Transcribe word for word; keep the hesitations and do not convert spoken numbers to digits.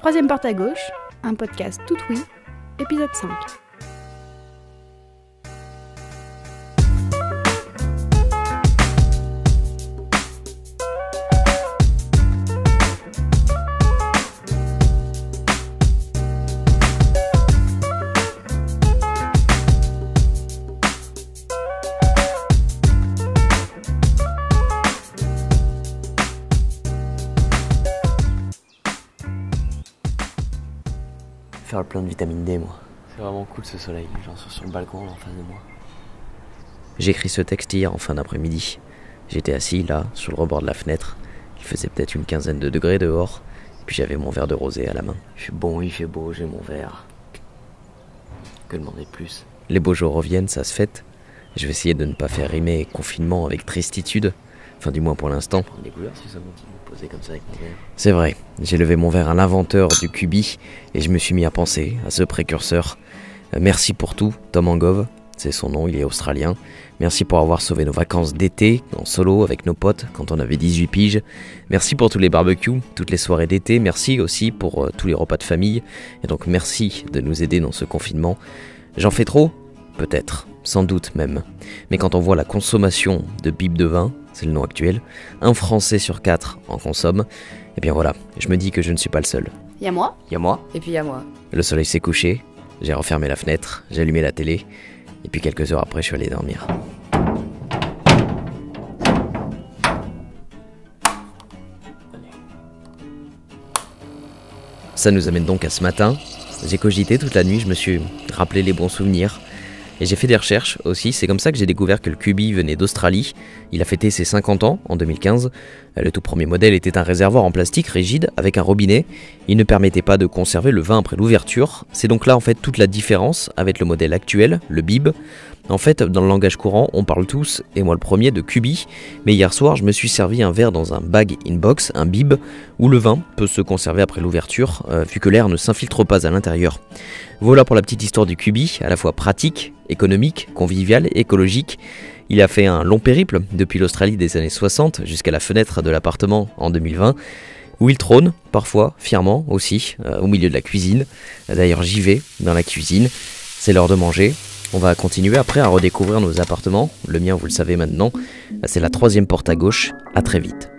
Troisième porte à gauche, un podcast tout oui, épisode cinq. Faire le plein de vitamine D, moi. C'est vraiment cool ce soleil, genre sur le balcon en face de moi. J'ai écrit ce texte hier en fin d'après-midi. J'étais assis là, sur le rebord de la fenêtre. Il faisait peut-être une quinzaine de degrés dehors. Et puis j'avais mon verre de rosé à la main. Il fait bon, il fait beau, j'ai mon verre. Que demander de plus? Les beaux jours reviennent, ça se fête. Je vais essayer de ne pas faire rimer confinement avec tristitude. Enfin, du moins pour l'instant. Prendre des couleurs si ça continue de poser comme ça avec mon verre. C'est vrai, j'ai levé mon verre à l'inventeur du Cubi et je me suis mis à penser à ce précurseur. Euh, merci pour tout, Tom Angove, c'est son nom, il est australien. Merci pour avoir sauvé nos vacances d'été, en solo avec nos potes quand on avait dix-huit piges. Merci pour tous les barbecues, toutes les soirées d'été. Merci aussi pour euh, tous les repas de famille. Et donc merci de nous aider dans ce confinement. J'en fais trop ? Peut-être, sans doute même. Mais quand on voit la consommation de bibes de vin, c'est le nom actuel, un Français sur quatre en consomme, et bien voilà, je me dis que je ne suis pas le seul. Y'a moi, Y'a moi, et puis y'a moi. le soleil s'est couché, j'ai refermé la fenêtre, j'ai allumé la télé, et puis quelques heures après je suis allé dormir. Ça nous amène donc à ce matin. J'ai cogité toute la nuit, je me suis rappelé les bons souvenirs. Et j'ai fait des recherches aussi, c'est comme ça que j'ai découvert que le Cubi venait d'Australie. Il a fêté ses cinquante ans en deux mille quinze. Le tout premier modèle était un réservoir en plastique rigide avec un robinet. Il ne permettait pas de conserver le vin après l'ouverture. C'est donc là en fait toute la différence avec le modèle actuel, le bib. En fait, dans le langage courant, on parle tous, et moi le premier, de Cubi. Mais hier soir, je me suis servi un verre dans un bag-in-box, un bib, où le vin peut se conserver après l'ouverture, euh, vu que l'air ne s'infiltre pas à l'intérieur. Voilà pour la petite histoire du Cubi, à la fois pratique, économique, convivial, écologique. Il a fait un long périple depuis l'Australie des années soixante jusqu'à la fenêtre de l'appartement en deux mille vingt, où il trône, parfois, fièrement aussi, euh, au milieu de la cuisine. D'ailleurs, j'y vais, dans la cuisine. C'est l'heure de manger. On va continuer après à redécouvrir nos appartements. Le mien, vous le savez maintenant, c'est la troisième porte à gauche. À très vite.